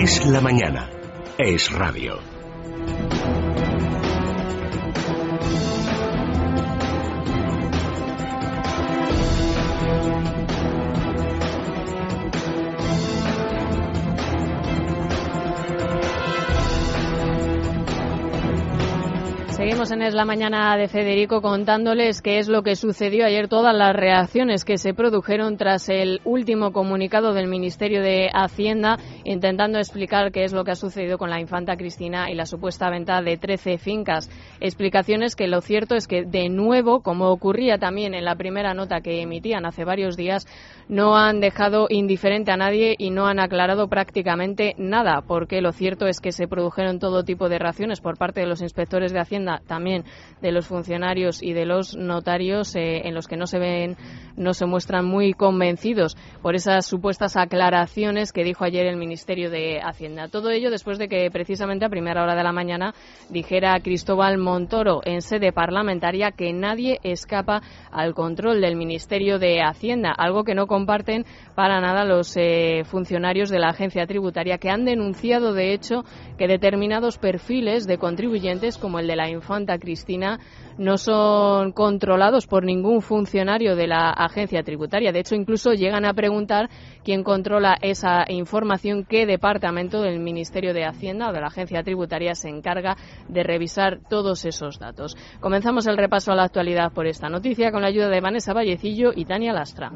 Es la mañana. Es radio. Seguimos en Es la Mañana de Federico contándoles qué es lo que sucedió ayer, todas las reacciones que se produjeron tras el último comunicado del Ministerio de Hacienda, intentando explicar qué es lo que ha sucedido con la infanta Cristina y la supuesta venta de 13 fincas. Explicaciones que lo cierto es que, de nuevo, como ocurría también en la primera nota que emitían hace varios días, no han dejado indiferente a nadie y no han aclarado prácticamente nada, porque lo cierto es que se produjeron todo tipo de reacciones por parte de los inspectores de Hacienda, también de los funcionarios y de los notarios, en los que no se muestran muy convencidos por esas supuestas aclaraciones que dijo ayer el Ministerio de Hacienda. Todo ello después de que precisamente a primera hora de la mañana dijera Cristóbal Montoro en sede parlamentaria que nadie escapa al control del Ministerio de Hacienda, algo que no comparten para nada los funcionarios de la agencia tributaria, que han denunciado de hecho que determinados perfiles de contribuyentes, como el de la infanta Cristina, no son controlados por ningún funcionario de la agencia tributaria. De hecho, incluso llegan a preguntar quién controla esa información, qué departamento del Ministerio de Hacienda o de la agencia tributaria se encarga de revisar todos esos datos. Comenzamos el repaso a la actualidad por esta noticia con la ayuda de Vanessa Vallecillo y Tania Lastra.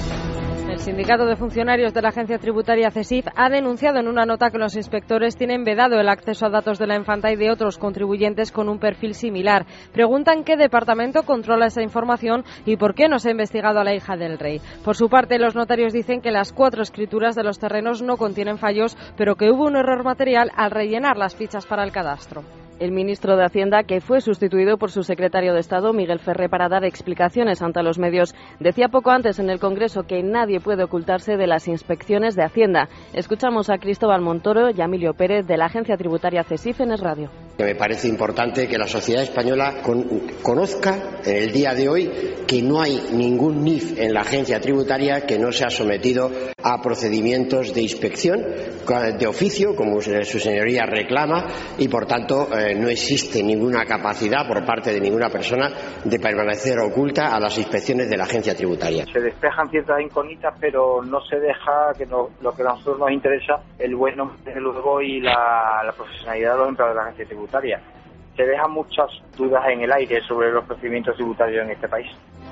El sindicato de funcionarios de la agencia tributaria CESIF ha denunciado en una nota que los inspectores tienen vedado el acceso a datos de la infanta y de otros contribuyentes con un perfil similar. Preguntan qué departamento controla esa información y por qué no se ha investigado a la hija del rey. Por su parte, los notarios dicen que las 4 escrituras de los terrenos no contienen fallos, pero que hubo un error material al rellenar las fichas para el cadastro. El ministro de Hacienda, que fue sustituido por su secretario de Estado, Miguel Ferré, para dar explicaciones ante los medios, decía poco antes en el Congreso que nadie puede ocultarse de las inspecciones de Hacienda. Escuchamos a Cristóbal Montoro y a Emilio Pérez de la agencia tributaria CESIF en Es Radio. Me parece importante que la sociedad española conozca en el día de hoy que no hay ningún NIF en la agencia tributaria que no sea sometido a procedimientos de inspección de oficio, como su señoría reclama, y por tanto no existe ninguna capacidad por parte de ninguna persona de permanecer oculta a las inspecciones de la agencia tributaria. Se despejan ciertas incógnitas, pero no se deja que lo que a nosotros nos interesa, el buen nombre luego y la profesionalidad de los empleados de la agencia tributaria. Se dejan muchas dudas en el aire sobre los procedimientos tributarios en este país.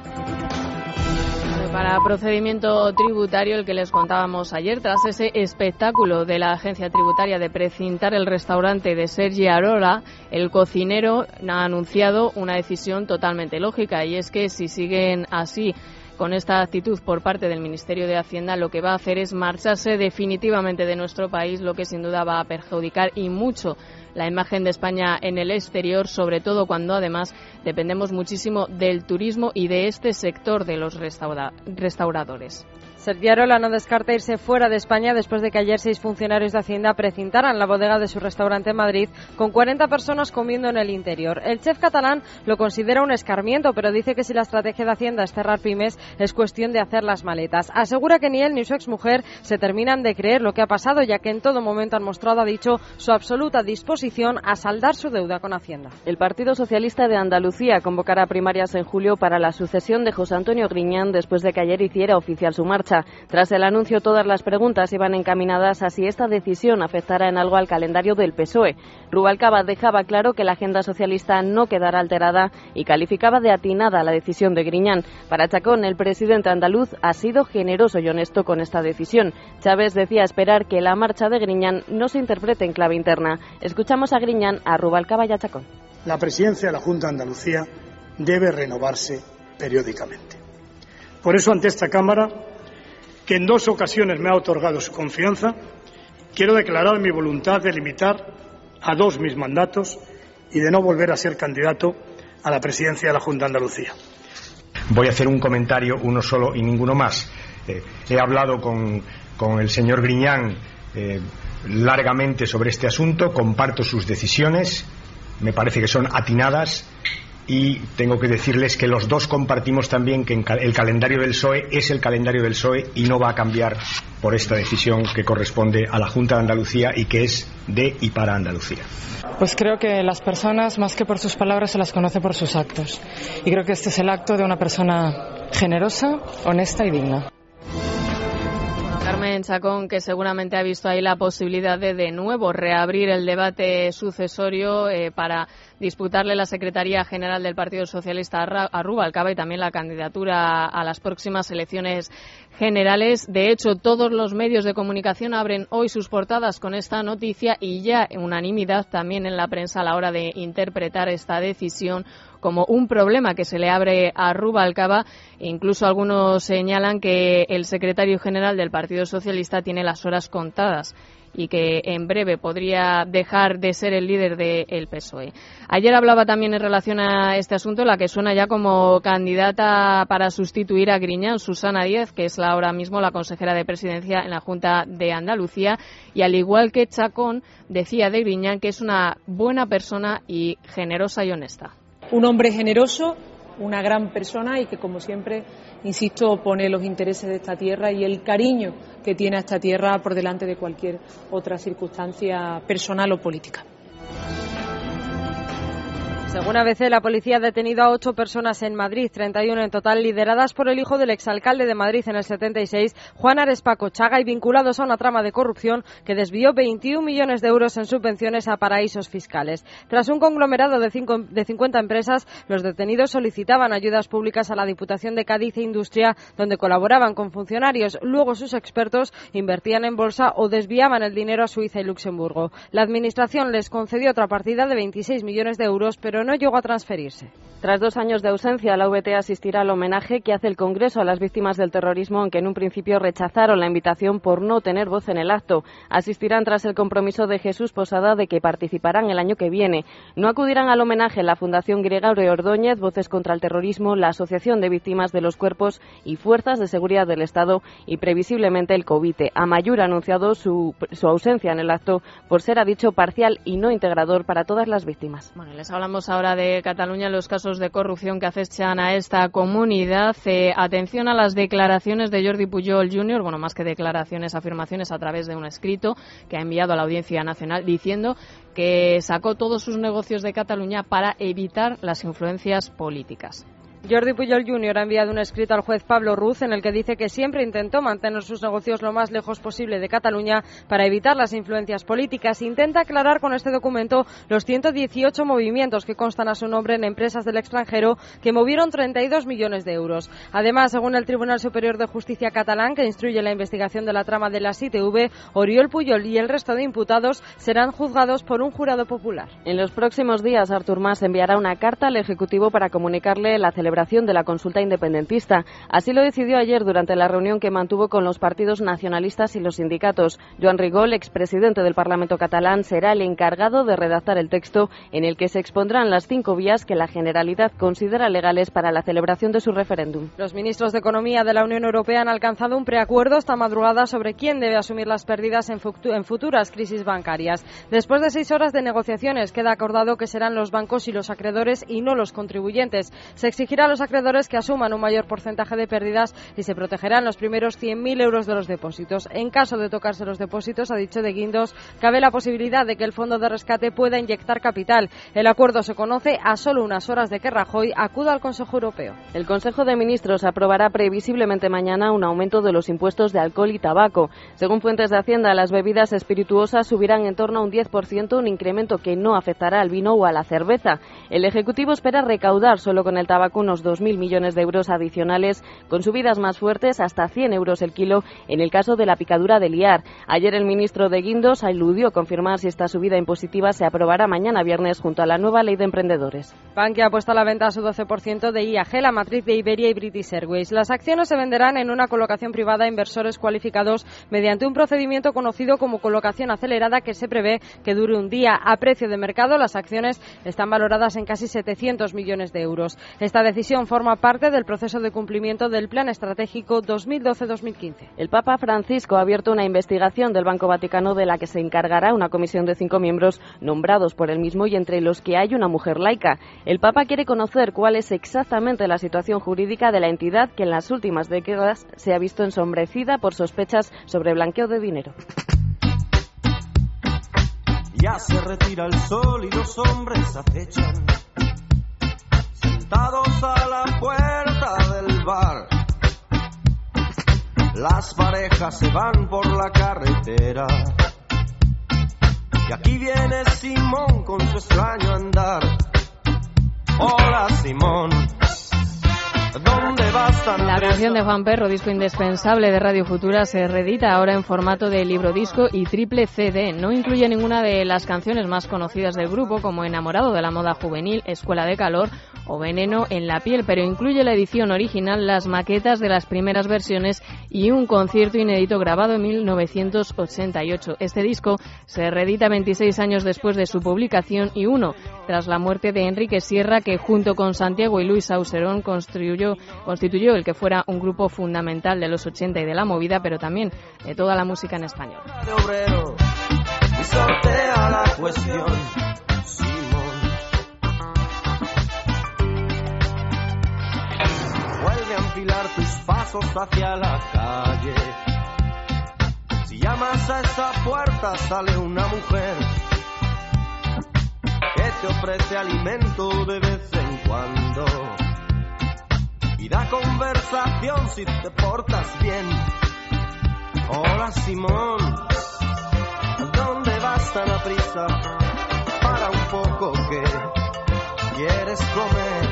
Para procedimiento tributario, el que les contábamos ayer, tras ese espectáculo de la agencia tributaria de precintar el restaurante de Sergi Arola, el cocinero ha anunciado una decisión totalmente lógica, y es que si siguen así con esta actitud por parte del Ministerio de Hacienda, lo que va a hacer es marcharse definitivamente de nuestro país, lo que sin duda va a perjudicar y mucho la imagen de España en el exterior, sobre todo cuando además dependemos muchísimo del turismo y de este sector de los restauradores. Sergi Arola no descarta irse fuera de España después de que ayer 6 funcionarios de Hacienda precintaran la bodega de su restaurante en Madrid con 40 personas comiendo en el interior. El chef catalán lo considera un escarmiento, pero dice que si la estrategia de Hacienda es cerrar pymes, es cuestión de hacer las maletas. Asegura que ni él ni su exmujer se terminan de creer lo que ha pasado, ya que en todo momento han mostrado, ha dicho, su absoluta disposición a saldar su deuda con Hacienda. El Partido Socialista de Andalucía convocará primarias en julio para la sucesión de José Antonio Griñán después de que ayer hiciera oficial su marcha. Tras el anuncio, todas las preguntas iban encaminadas a si esta decisión afectará en algo al calendario del PSOE. Rubalcaba dejaba claro que la agenda socialista no quedará alterada y calificaba de atinada la decisión de Griñán. Para Chacón, el presidente andaluz ha sido generoso y honesto con esta decisión. Chávez decía esperar que la marcha de Griñán no se interprete en clave interna. Escuchamos a Griñán, a Rubalcaba y a Chacón. La presidencia de la Junta de Andalucía debe renovarse periódicamente. Por eso, ante esta Cámara, que en 2 ocasiones me ha otorgado su confianza, quiero declarar mi voluntad de limitar a 2 mis mandatos y de no volver a ser candidato a la presidencia de la Junta de Andalucía. Voy a hacer un comentario, uno solo y ninguno más. He hablado con el señor Griñán largamente sobre este asunto, comparto sus decisiones, me parece que son atinadas, y tengo que decirles que los dos compartimos también que el calendario del PSOE es el calendario del PSOE y no va a cambiar por esta decisión que corresponde a la Junta de Andalucía y que es de y para Andalucía. Pues creo que las personas, más que por sus palabras, se las conoce por sus actos. Y creo que este es el acto de una persona generosa, honesta y digna. Carmen Chacón, que seguramente ha visto ahí la posibilidad de nuevo reabrir el debate sucesorio para disputarle la Secretaría General del Partido Socialista a Rubalcaba y también la candidatura a las próximas elecciones generales. De hecho, todos los medios de comunicación abren hoy sus portadas con esta noticia y ya unanimidad también en la prensa a la hora de interpretar esta decisión como un problema que se le abre a Rubalcaba. Incluso algunos señalan que el secretario general del Partido Socialista tiene las horas contadas y que en breve podría dejar de ser el líder del PSOE. Ayer hablaba también en relación a este asunto la que suena ya como candidata para sustituir a Griñán, Susana Díez, que es ahora mismo la consejera de Presidencia en la Junta de Andalucía, y al igual que Chacón, decía de Griñán que es una buena persona y generosa y honesta. Un hombre generoso, una gran persona y que, como siempre, insisto, pone los intereses de esta tierra y el cariño que tiene a esta tierra por delante de cualquier otra circunstancia personal o política. Según ABC, la policía ha detenido a 8 personas en Madrid, 31 en total, lideradas por el hijo del exalcalde de Madrid en el 76, Juan Arespaco Chaga, y vinculados a una trama de corrupción que desvió 21 millones de euros en subvenciones a paraísos fiscales. Tras un conglomerado de 50 empresas, los detenidos solicitaban ayudas públicas a la Diputación de Cádiz e Industria, donde colaboraban con funcionarios. Luego sus expertos invertían en bolsa o desviaban el dinero a Suiza y Luxemburgo. La Administración les concedió otra partida de 26 millones de euros, pero no llegó a transferirse. Tras 2 años de ausencia, la VT asistirá al homenaje que hace el Congreso a las víctimas del terrorismo, aunque en un principio rechazaron la invitación por no tener voz en el acto. Asistirán tras el compromiso de Jesús Posada de que participarán el año que viene. No acudirán al homenaje la Fundación Gregorio Ordóñez, Voces contra el Terrorismo, la Asociación de Víctimas de los Cuerpos y Fuerzas de Seguridad del Estado y previsiblemente el COVITE. Amaiur ha anunciado su ausencia en el acto por ser, ha dicho, parcial y no integrador para todas las víctimas. Bueno, les hablamos ahora de Cataluña, los casos de corrupción que acechan a esta comunidad. Atención a las declaraciones de Jordi Pujol Jr., bueno, más que declaraciones, afirmaciones a través de un escrito que ha enviado a la Audiencia Nacional diciendo que sacó todos sus negocios de Cataluña para evitar las influencias políticas. Jordi Pujol Jr. ha enviado un escrito al juez Pablo Ruz en el que dice que siempre intentó mantener sus negocios lo más lejos posible de Cataluña para evitar las influencias políticas. Intenta aclarar con este documento los 118 movimientos que constan a su nombre en empresas del extranjero que movieron 32 millones de euros. Además, según el Tribunal Superior de Justicia catalán, que instruye la investigación de la trama de las ITV, Oriol Pujol y el resto de imputados serán juzgados por un jurado popular. En los próximos días, Artur Mas enviará una carta al Ejecutivo para comunicarle la celebración de la consulta independentista. Así lo decidió ayer durante la reunión que mantuvo con los partidos nacionalistas y los sindicatos. Joan Rigol, expresidente del Parlamento catalán, será el encargado de redactar el texto en el que se expondrán las 5 vías que la Generalitat considera legales para la celebración de su referéndum. Los ministros de Economía de la Unión Europea han alcanzado un preacuerdo esta madrugada sobre quién debe asumir las pérdidas en futuras crisis bancarias. Después de 6 horas de negociaciones, queda acordado que serán los bancos y los acreedores y no los contribuyentes. Se exigirá a los acreedores que asuman un mayor porcentaje de pérdidas y se protegerán los primeros 100.000 euros de los depósitos. En caso de tocarse los depósitos, ha dicho de Guindos, cabe la posibilidad de que el fondo de rescate pueda inyectar capital. El acuerdo se conoce a solo unas horas de que Rajoy acuda al Consejo Europeo. El Consejo de Ministros aprobará previsiblemente mañana un aumento de los impuestos de alcohol y tabaco. Según fuentes de Hacienda, las bebidas espirituosas subirán en torno a un 10%, un incremento que no afectará al vino o a la cerveza. El Ejecutivo espera recaudar solo con el tabaco unos 2.000 millones de euros adicionales, con subidas más fuertes hasta 100 euros el kilo en el caso de la picadura de liar. Ayer el ministro de Guindos eludió confirmar si esta subida impositiva se aprobará mañana viernes junto a la nueva ley de emprendedores. Bankia ha puesto a la venta su 12% de IAG, la matriz de Iberia y British Airways. Las acciones se venderán en una colocación privada a inversores cualificados mediante un procedimiento conocido como colocación acelerada que se prevé que dure un día. A precio de mercado, las acciones están valoradas en casi 700 millones de euros. Esta decisión decisión forma parte del proceso de cumplimiento del Plan Estratégico 2012-2015. El Papa Francisco ha abierto una investigación del Banco Vaticano de la que se encargará una comisión de 5 miembros nombrados por él mismo y entre los que hay una mujer laica. El Papa quiere conocer cuál es exactamente la situación jurídica de la entidad que en las últimas décadas se ha visto ensombrecida por sospechas sobre blanqueo de dinero. Ya se retira el sol y los hombres acechan, sentados a la puerta del bar. Las parejas se van por la carretera y aquí viene Simón con su extraño andar. Hola Simón, ¿dónde vas tan La canción de Juan Perro, disco indispensable de Radio Futura, se reedita ahora en formato de libro disco y triple CD. No incluye ninguna de las canciones más conocidas del grupo, como Enamorado de la moda juvenil, Escuela de calor o Veneno en la piel, pero incluye la edición original, las maquetas de las primeras versiones y un concierto inédito grabado en 1988. Este disco se reedita 26 años después de su publicación y uno tras la muerte de Enrique Sierra, que junto con Santiago y Luis Auserón constituyó el que fuera un grupo fundamental de los 80 y de la movida, pero también de toda la música en español. De obrero, y sortea la cuestión, Simón. Vuelve a enfilar tus pasos hacia la calle. Si llamas a esa puerta sale una mujer que te ofrece alimento de vez en cuando y da conversación si te portas bien. Hola Simón, ¿dónde vas tan a prisa? Para un poco que quieres comer.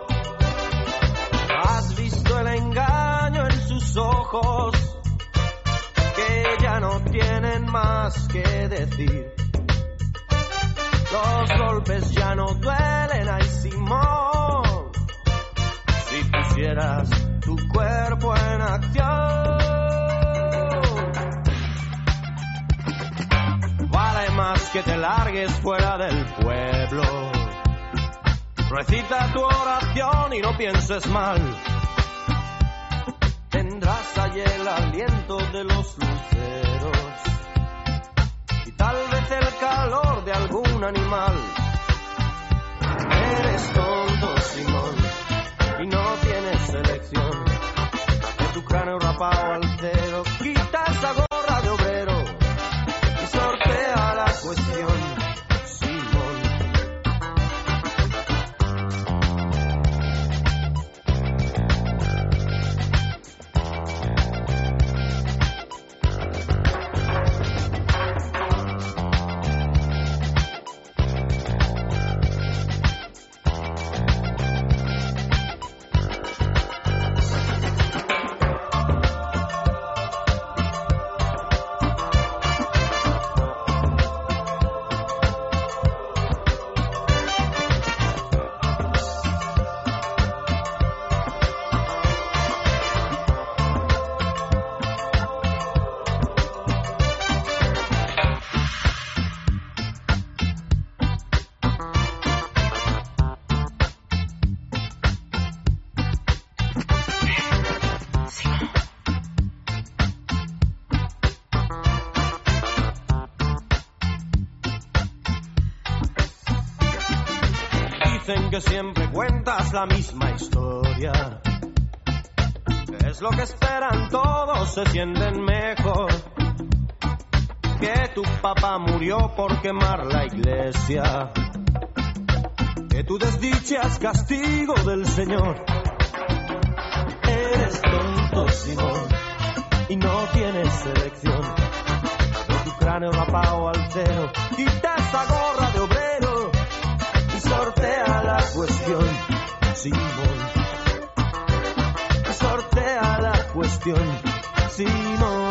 Has visto el engaño en sus ojos, que ya no tienen más que decir. Los golpes ya no duelen, ay Simón, si pusieras tu cuerpo en acción. Vale más que te largues fuera del pueblo. Recita tu oración y no pienses mal. Tendrás allí el aliento de los luceros y tal vez el calor de algún animal. Eres tonto, Simón, y no tienes elección. De tu cráneo rapado al cero, quita esa gorra de obrero y sortea la cuestión. Dicen que siempre cuentas la misma historia. Es lo que esperan todos, se sienten mejor. Que tu papá murió por quemar la iglesia. Que tu desdicha es castigo del Señor. Eres tonto, Simón, y no tienes elección. Con tu cráneo rapado al cero, quita esa gorra de obrero y sortea la cuestión, Simón. Sortea la cuestión, Simón.